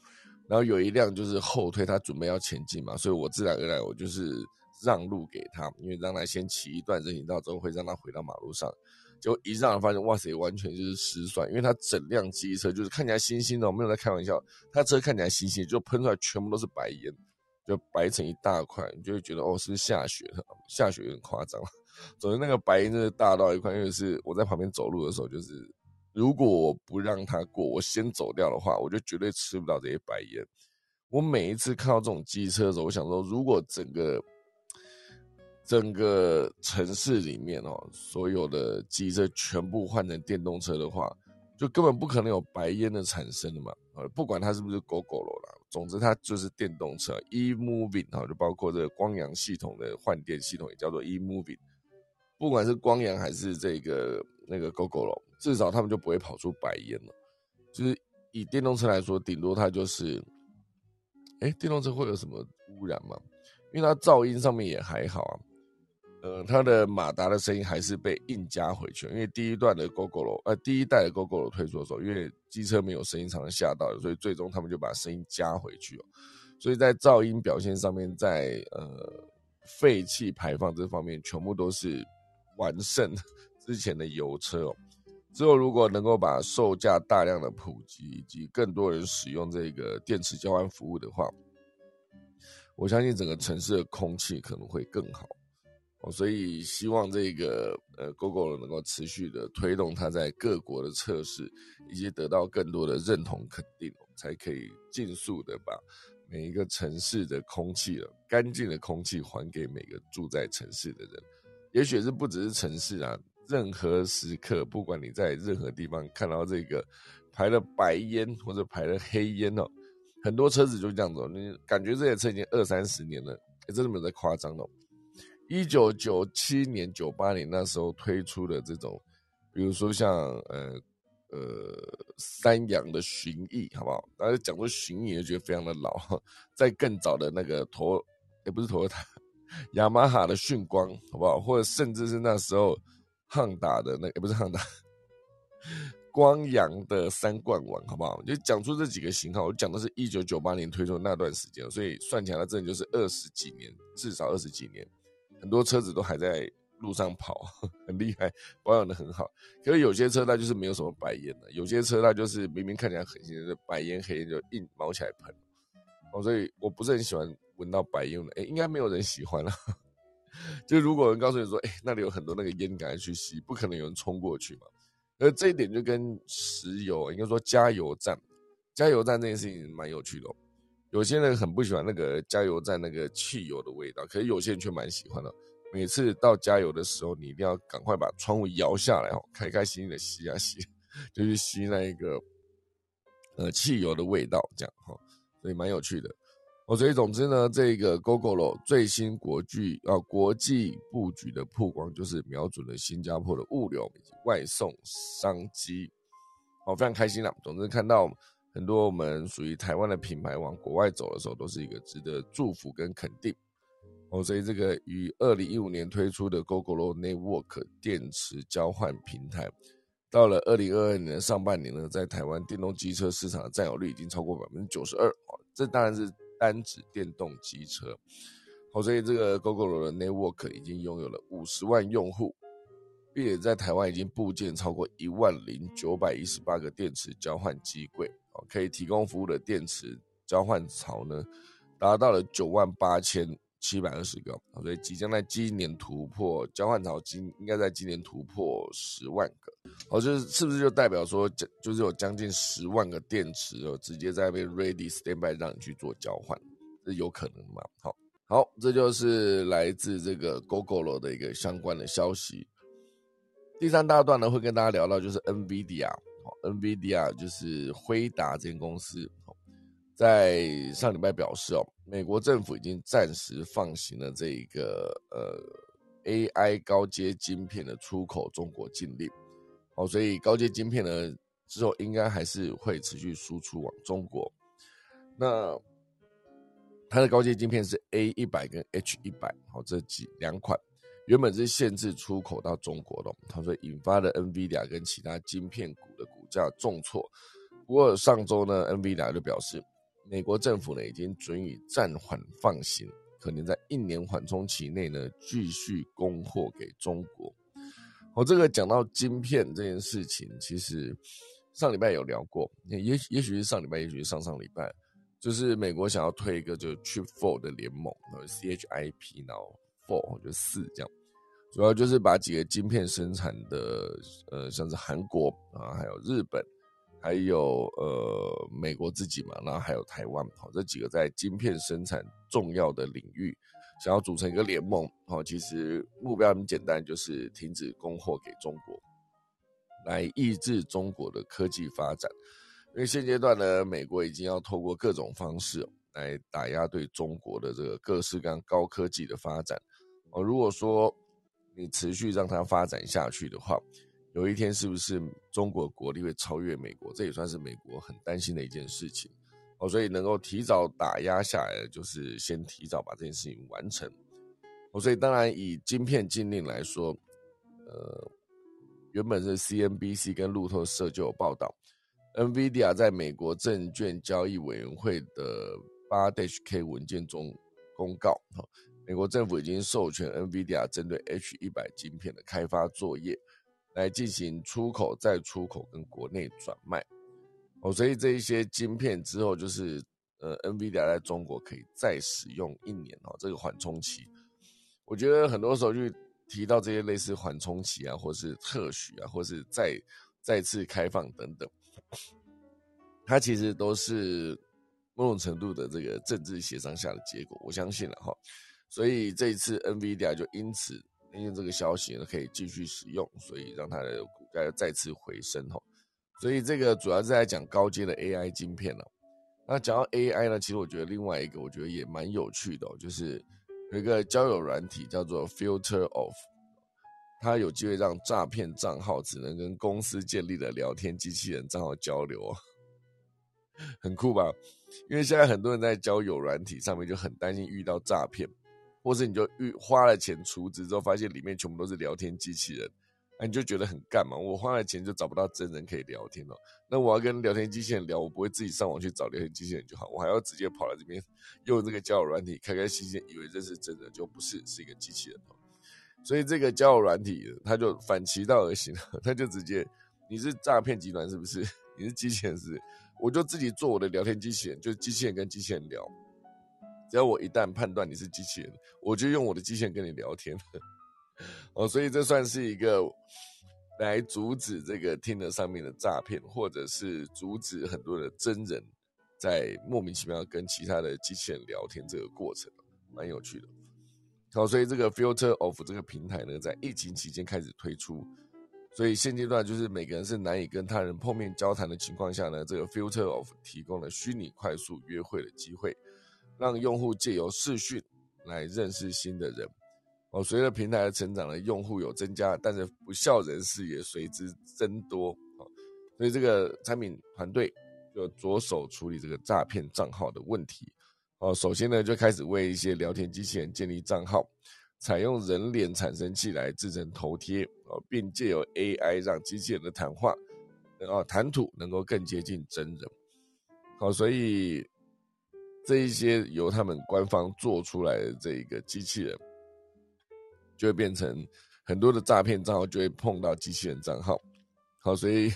然后有一辆就是后退，他准备要前进嘛，所以我自然而然我就是让路给他，因为让他先骑一段人行道之后会让他回到马路上。结果一让发现，哇塞，完全就是失算，因为他整辆机车就是看起来新新的，我没有在开玩笑，他车看起来新新的，就喷出来全部都是白烟，就白成一大块，你就会觉得哦，是不是下雪了？下雪有点夸张，总之那个白烟真的大到一块，因为是我在旁边走路的时候，就是如果我不让他过，我先走掉的话，我就绝对吃不到这些白烟。我每一次看到这种机车的时候，我想说，如果整个整个城市里面哦，所有的机车全部换成电动车的话，就根本不可能有白烟的产生的嘛。不管它是不是 Gogoro 啦，总之它就是电动车 e-moving 就包括这个光阳系统的换电系统也叫做 e-moving。不管是光阳还是这个那个 Gogoro， 至少他们就不会跑出白烟了。就是以电动车来说，顶多它就是，哎，电动车会有什么污染吗？因为它噪音上面也还好啊。呃，它的马达的声音还是被硬加回去，因为第一段的 Gogoro， 呃，第一代的 Gogoro 推出的时候，因为机车没有声音，常常吓到，所以最终他们就把声音加回去哦。所以在噪音表现上面，在呃废气排放这方面，全部都是完胜之前的油车哦。之后如果能够把售价大量的普及，以及更多人使用这个电池交换服务的话，我相信整个城市的空气可能会更好。哦、所以希望这个呃 Gogoro 能够持续的推动它在各国的测试，以及得到更多的认同肯定，才可以尽速的把每一个城市的空气干净的空气还给每个住在城市的人。也许是不只是城市啊，任何时刻，不管你在任何地方看到这个排了白烟或者排了黑烟哦，很多车子就这样子、哦，你感觉这些车已经二三十年了，真的没有在夸张的、哦。一九九七年、九八年那时候推出的这种，比如说像呃呃三洋的巡弋，好不好？大家讲说巡弋就觉得非常的老，在更早的那个头，也不是头塔，雅马哈的迅光，好不好？或者甚至是那时候汉达的那，也不是汉达。光阳的三冠王，好不好？就讲出这几个型号，我讲的是一九九八年推出的那段时间，所以算起来，真的就是二十几年，至少二十几年。很多车子都还在路上跑，很厉害，保养的很好。可是有些车它就是没有什么白烟的，有些车它就是明明看起来很新的白烟黑烟就硬毛起来喷。哦，所以我不是很喜欢闻到白烟的，哎，应该没有人喜欢了。就如果有人告诉你说，哎，那里有很多那个烟，赶快去吸，不可能有人冲过去嘛。而这一点就跟石油，应该说加油站，加油站这件事情蛮有趣的、哦。有些人很不喜欢那个加油站那个汽油的味道，可是有些人却蛮喜欢的。每次到加油的时候，你一定要赶快把窗户摇下来，开开心心的吸啊吸，就是吸那一个呃汽油的味道，这样哈，所以蛮有趣的。哦，所以总之呢，这个 Gogoro 最新国际啊国际布局的曝光，就是瞄准了新加坡的物流以及外送商机。哦，非常开心啦。总之看到很多我们属于台湾的品牌往国外走的时候，都是一个值得祝福跟肯定。哦，所以这个于二零一五年推出的 Gogoro Network 电池交换平台，到了二零二二年的上半年呢，在台湾电动机车市场的占有率已经超过 百分之九十二。这当然是单指电动机车。好，所以这个 Gogoro 的 Network 已经拥有了五十万用户，并且在台湾已经布建超过一万零九百一十八个电池交换机柜，可以提供服务的电池交换槽呢，达到了九万八千七百二十个，所以即将在今年突破交换槽，今应该在今年突破十万个。好，就是是不是就代表说，就是有将近十万个电池哦，直接在那边 ready standby 让你去做交换，这有可能吗？好，好，这就是来自这个 Gogoro 的一个相关的消息。第三大段呢，会跟大家聊到就是 NVIDIA，NVIDIA 就是辉达这间公司，在上礼拜表示哦，美国政府已经暂时放行了这个呃 A I 高阶晶片的出口中国禁令。哦，所以高阶晶片呢之后应该还是会持续输出往中国。那它的高阶晶片是 A 一百 跟 H 一百，好，这几两款原本是限制出口到中国的，所以引发了 NVIDIA 跟其他晶片股的股价重挫。不过上周呢 ，NVIDIA 就表示美国政府呢已经准予暂缓放行，可能在一年缓冲期内呢继续供货给中国。我、哦、这个讲到晶片这件事情，其实上礼拜有聊过，也也许是上礼拜，也许是上上礼拜，就是美国想要推一个就 Chip 四 的联盟 ，C H I P， 然后四就四这样，主要就是把几个晶片生产的，呃，像是韩国啊，还有日本，还有呃美国自己嘛，然后还有台湾，好、哦，这几个在晶片生产重要的领域。想要组成一个联盟，其实目标很简单，就是停止供货给中国，来抑制中国的科技发展。因为现阶段呢，美国已经要透过各种方式来打压对中国的这个各式各样高科技的发展。如果说你持续让它发展下去的话，有一天是不是中国国力会超越美国？这也算是美国很担心的一件事情。哦，所以能够提早打压下来的，就是先提早把这件事情完成。哦，所以当然以晶片禁令来说，呃，原本是 C N B C 跟路透社就有报道 ，NVIDIA 在美国证券交易委员会的 八 K 文件中公告，哦，美国政府已经授权 NVIDIA 针对 H 一百 晶片的开发作业，来进行出口、再出口跟国内转卖。哦，所以这一些晶片之后就是呃 NVIDIA 在中国可以再使用一年，哦，这个缓冲期。我觉得很多时候去提到这些类似缓冲期啊，或是特许啊，或是再再次开放等等，它其实都是某种程度的这个政治协商下的结果，我相信了哈。所以这一次 NVIDIA 就因此因为这个消息呢可以继续使用，所以让它的股价再次回升哈。所以这个主要是在讲高阶的 A I 晶片了。那讲到 A I 呢，其实我觉得另外一个我觉得也蛮有趣的，哦，就是有一个交友软体叫做 Filter Off， 它有机会让诈骗账号只能跟公司建立的聊天机器人账号交流，哦，很酷吧？因为现在很多人在交友软体上面就很担心遇到诈骗，或是你就花了钱储值之后，发现里面全部都是聊天机器人。那你就觉得很干嘛？我花了钱就找不到真人可以聊天哦。那我要跟聊天机器人聊，我不会自己上网去找聊天机器人就好，我还要直接跑来这边用这个交友软体，开开心心以为认识真人，就不是，是一个机器人哦。所以这个交友软体它就反其道而行，它就直接你是诈骗集团是不是？你是机器人是不是？我就自己做我的聊天机器人，就是机器人跟机器人聊。只要我一旦判断你是机器人，我就用我的机器人跟你聊天。哦，所以这算是一个来阻止这个Tinder上面的诈骗，或者是阻止很多的真人在莫名其妙跟其他的机器人聊天这个过程，蛮有趣的。好，所以这个 Filter Off 这个平台呢，在疫情期间开始推出，所以现阶段就是每个人是难以跟他人碰面交谈的情况下呢，这个 Filter Off 提供了虚拟快速约会的机会，让用户借由视讯来认识新的人。哦，随着平台的成长呢，用户有增加，但是不肖人士也随之增多。哦，所以这个产品团队就着手处理这个诈骗账号的问题。哦，首先呢，就开始为一些聊天机器人建立账号，采用人脸产生器来制成头贴，哦，并借由 A I 让机器人的谈话、哦、谈吐能够更接近真人。好，所以这一些由他们官方做出来的这一个机器人，就会变成很多的诈骗账号就会碰到机器人账号。好，所以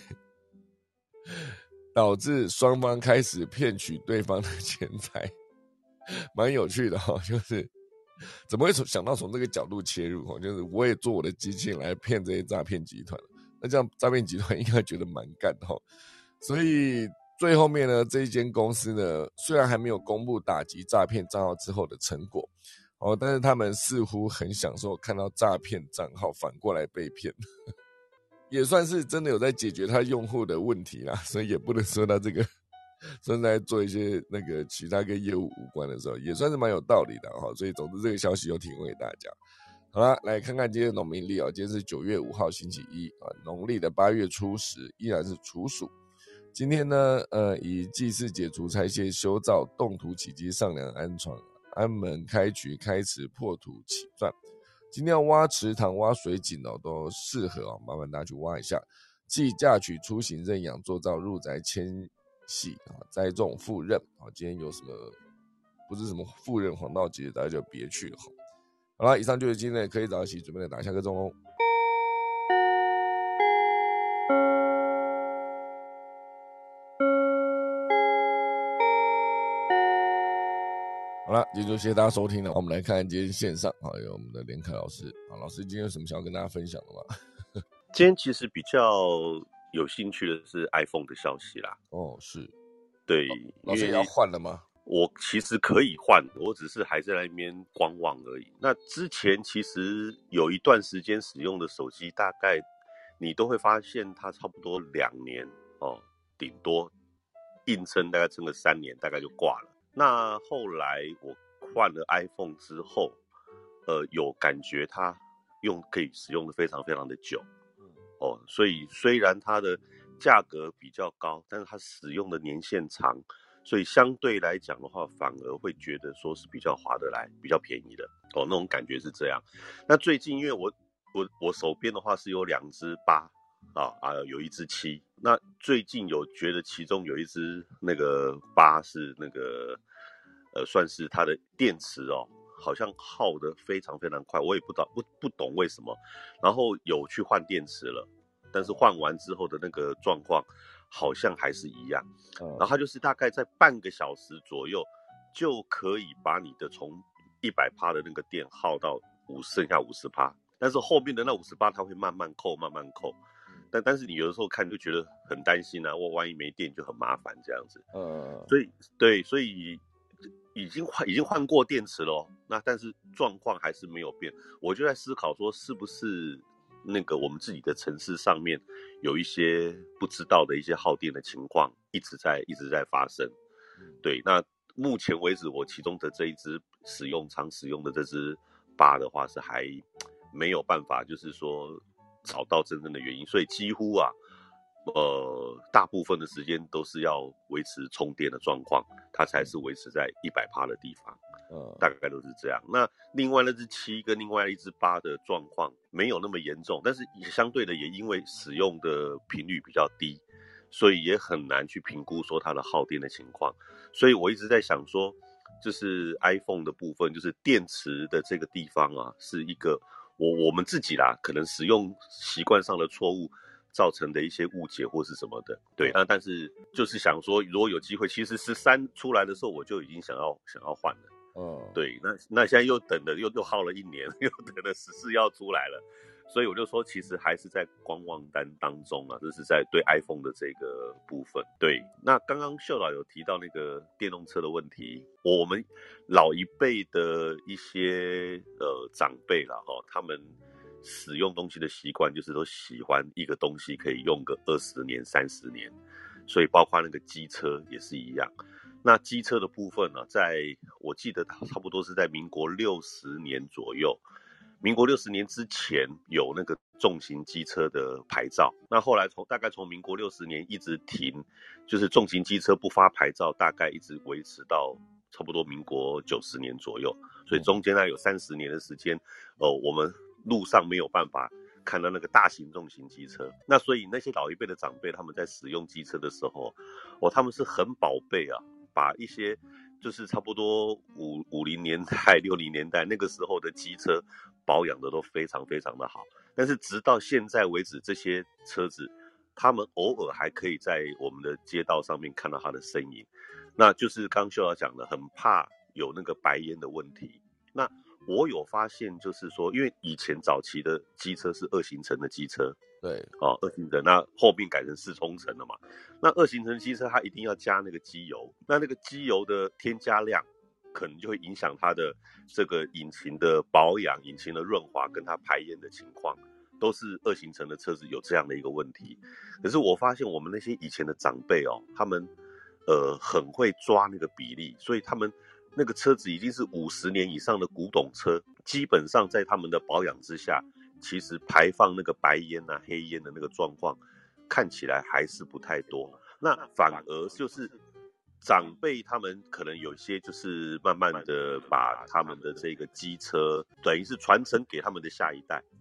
导致双方开始骗取对方的钱财，蛮有趣的哈，哦，就是怎么会想到从这个角度切入，哦，就是我也做我的机器人来骗这些诈骗集团，那这样诈骗集团应该觉得蛮干的哈。所以最后面呢，这一间公司呢，虽然还没有公布打击诈骗账号之后的成果，哦，但是他们似乎很享受看到诈骗账号反过来被骗，也算是真的有在解决他用户的问题啦，所以也不能说他这个正在做一些那个其他跟业务无关的时候，也算是蛮有道理的哈。所以总之这个消息有提供给大家。好啦，来看看今天的农民历哦，今天是九月五号星期一啊，农历的八月初十依然是处暑。今天呢，呃，以祭祀解除拆卸修造动土起基上梁安床安门开渠开池破土起钻。今天要挖池塘挖水井哦，都适合哦，麻烦大家去挖一下。即嫁娶出行认养做造入宅迁系啊，栽种赴任啊。今天有什么不是什么赴任黄道节，大家就别去了。好了，以上就是今天的科技早起，准备来打下个钟哦。好了，今天就谢谢大家收听了。我们来看今天线上啊，有我们的连凯老师啊，老师今天有什么想要跟大家分享的吗？ 今天其实比较有兴趣的是 iPhone 的消息啦。 哦，是， 对， 哦、老师也要换了吗？ 我其实可以换，我只是还在那边观望而已。那之前其实有一段时间使用的手机，大概你都会发现它差不多两年哦，顶多硬撑大概撑个三年，大概就挂了。那后来我换了 iPhone 之后，呃，有感觉它用可以使用的非常非常的久，哦，所以虽然它的价格比较高，但是它使用的年限长，所以相对来讲的话，反而会觉得说是比较划得来、比较便宜的哦，那种感觉是这样。那最近因为我我我手边的话是有两只八啊啊，有一只七。那最近有觉得其中有一只那个八是那个呃，算是它的电池哦，好像耗得非常非常快，我也不懂不不懂为什么。然后有去换电池了，但是换完之后的那个状况好像还是一样。然后它就是大概在半个小时左右就可以把你的从 百分之百 的那个电耗到五剩下 百分之五十， 但是后面的那 百分之五十 它会慢慢扣慢慢扣。但但是你有的时候看就觉得很担心啊，我万一没电就很麻烦这样子。 呃， 所以对，所以已经换已经换过电池了、哦，那但是状况还是没有变。我就在思考说，是不是那个我们自己的城市上面有一些不知道的一些耗电的情况一直在一直在发生。对，那目前为止我其中的这一支使用常使用的这支八的话是还没有办法，就是说找到真正的原因，所以几乎啊。呃，大部分的时间都是要维持充电的状况，它才是维持在 百分之百 的地方，呃，大概都是这样。那另外那只七跟另外一只八的状况没有那么严重，但是也相对的也因为使用的频率比较低，所以也很难去评估说它的耗电的情况。所以我一直在想说，就是 iPhone 的部分，就是电池的这个地方啊，是一个我我们自己啦，可能使用习惯上的错误。造成的一些误解或是什么的，对，那但是就是想说，如果有机会，其实十三出来的时候，我就已经想要想要换了，哦，对，那那现在又等了，又又耗了一年，又等了十四要出来了，所以我就说，其实还是在观望单当中啊，这是在对 iPhone 的这个部分。对，那刚刚秀导有提到那个电动车的问题，我们老一辈的一些呃长辈啦，哈，他们。使用东西的习惯就是都喜欢一个东西可以用个二十年、三十年，所以包括那个机车也是一样。那机车的部分呢，在我记得差不多是在民国六十年左右，民国六十年之前有那个重型机车的牌照，那后来从大概从民国六十年一直停，就是重型机车不发牌照，大概一直维持到差不多民国九十年左右，所以中间呢有三十年的时间，哦，我们。路上没有办法看到那个大型重型机车，那所以那些老一辈的长辈他们在使用机车的时候，哦，他们是很宝贝啊，把一些就是差不多五五零年代、六零年代那个时候的机车保养的都非常非常的好，但是直到现在为止，这些车子他们偶尔还可以在我们的街道上面看到它的身影，那就是刚秀要讲的，很怕有那个白烟的问题，那。我有发现，就是说，因为以前早期的机车是二行程的机车， 对， 哦，二行程，那后面改成四冲程了嘛。那二行程机车它一定要加那个机油，那那个机油的添加量，可能就会影响它的这个引擎的保养、引擎的润滑跟它排烟的情况，都是二行程的车子有这样的一个问题。可是我发现我们那些以前的长辈哦，他们呃很会抓那个比例，所以他们。那个车子已经是五十年以上的古董车，基本上在他们的保养之下，其实排放那个白烟啊、黑烟的那个状况，看起来还是不太多。那反而就是长辈他们可能有些就是慢慢的把他们的这个机车，等于是传承给他们的下一代。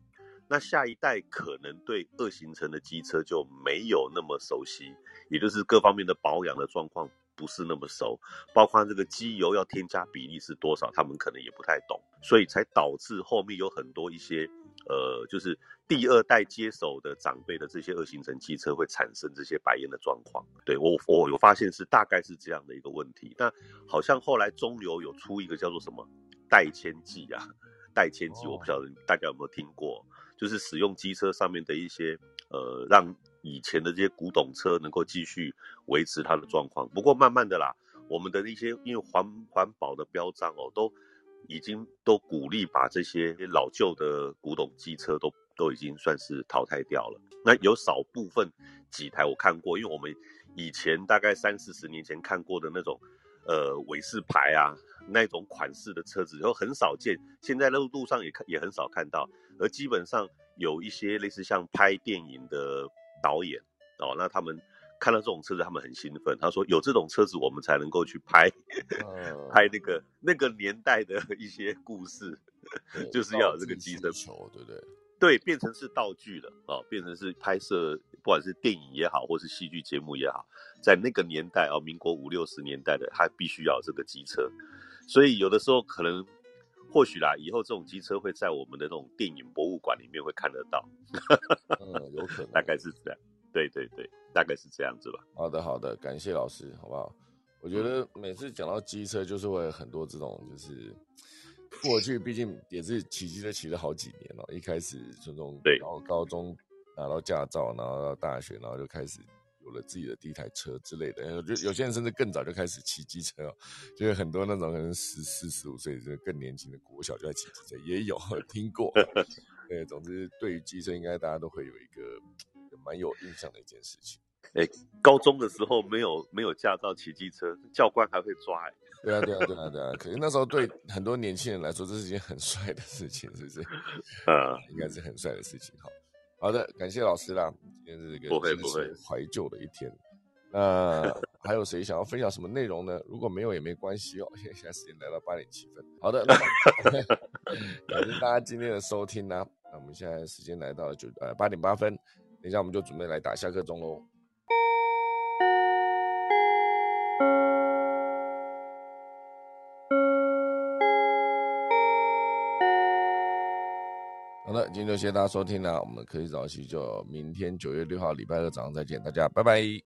那下一代可能对二行程的机车就没有那么熟悉，也就是各方面的保养的状况不是那么熟，包括这个机油要添加比例是多少，他们可能也不太懂，所以才导致后面有很多一些呃，就是第二代接手的长辈的这些二行程机车会产生这些白烟的状况。对，我我有发现是大概是这样的一个问题。那好像后来中油有出一个叫做什么代铅剂啊，代铅剂我不晓得大家有没有听过，就是使用机车上面的一些呃，让以前的这些古董车能够继续维持它的状况。不过慢慢的啦，我们的一些因为环环保的标章哦，都已经都鼓励把这些老旧的古董机车都都已经算是淘汰掉了。那有少部分几台我看过，因为我们以前大概三四十年前看过的那种呃韦氏牌啊那种款式的车子，都很少见，现在路路上也也很少看到。而基本上有一些类似像拍电影的导演哦，那他们看到这种车子，他们很兴奋。他说有这种车子，我们才能够去拍、呃、拍那个那个年代的一些故事，就是要有这个机车， 对不对？ 对，变成是道具了哦，变成是拍摄，不管是电影也好，或是戏剧节目也好，在那个年代哦，民国五六十年代的，他必须要有这个机车。所以有的时候可能。或许啦，以后这种机车会在我们的那种电影博物馆里面会看得到。 嗯，有可能， 大概是这样。对对对，大概是这样子吧。 好的好的，感谢老师，好不好？我觉得每次讲到机车，就是会有很多这种，就是过去毕竟也是骑机车骑了好几年了、喔，一开始就从高高中拿到驾照，然后到大学，然后就开始。有了自己的第一台车之类的，有有些人甚至更早就开始骑机车哦，就有很多那种可能十四、十五岁就更年轻的国小就在骑机车，也有听过。对，总之对于机车，应该大家都会有一个蛮有印象的一件事情。 哎、欸，高中的时候没有没有驾照骑机车，教官还会抓哎、欸。 对啊，对啊，对啊，对啊。可是那时候对很多年轻人来说，这是一件很帅的事情，是不是？ 啊， 应该是很帅的事情。好。好的，感谢老师啦。今天是一个真实怀旧的一天。那还有谁想要分享什么内容呢？如果没有也没关系哦。现在时间来到八点七分。好的，那么感谢大家今天的收听呢、啊。那我们现在时间来到了九呃八点八分，等一下我们就准备来打下课钟喽。好的，今天就谢谢大家收听啦，我们科技早起就明天九月六号礼拜二早上再见，大家拜拜。